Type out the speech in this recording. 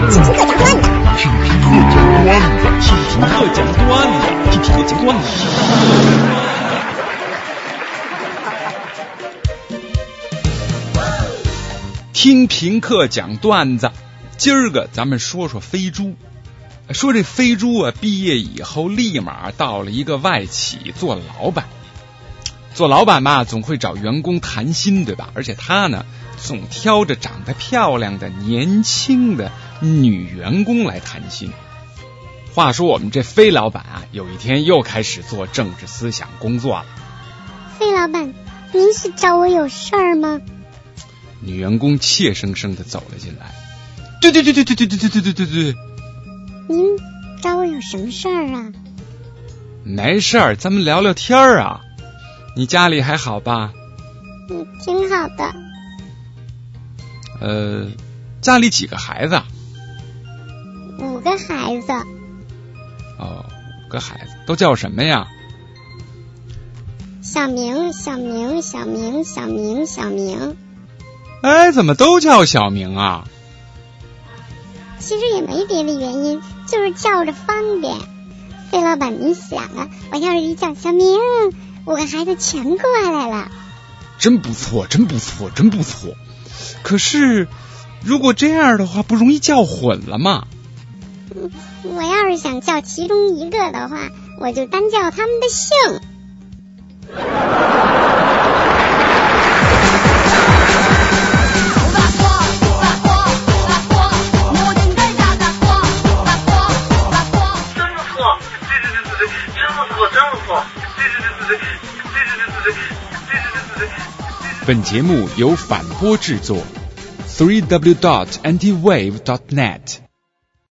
听评课讲段子。今儿个咱们说说飞猪。说这飞猪啊，毕业以后立马到了一个外企做老板。做老板嘛，总会找员工谈心，对吧？而且他呢，总挑着长得漂亮的年轻的女员工来谈心。话说我们这飞老板啊，有一天又开始做政治思想工作了。 飞老板，您是找我有事儿吗？ 女员工怯生生的走了进来。对。 您找我有什么事儿啊？ 没事儿，咱们聊聊天啊。你家里还好吧？ 挺好的。 家里几个孩子 ？5个孩子。 哦，5个孩子，都叫什么呀？ 小明、小明、小明、小明、小明。 哎，怎么都叫小明啊？ 其实也没别的原因，就是叫着方便。费老板，你想啊，我要是一叫小明，5个孩子全过来了。 真不错，真不错，真不错。可是如果这样的话，不容易叫混了吗？ 我要是想叫其中一个的话，我就单叫他们的姓。 本节目由反播制作 3w.antiwave.net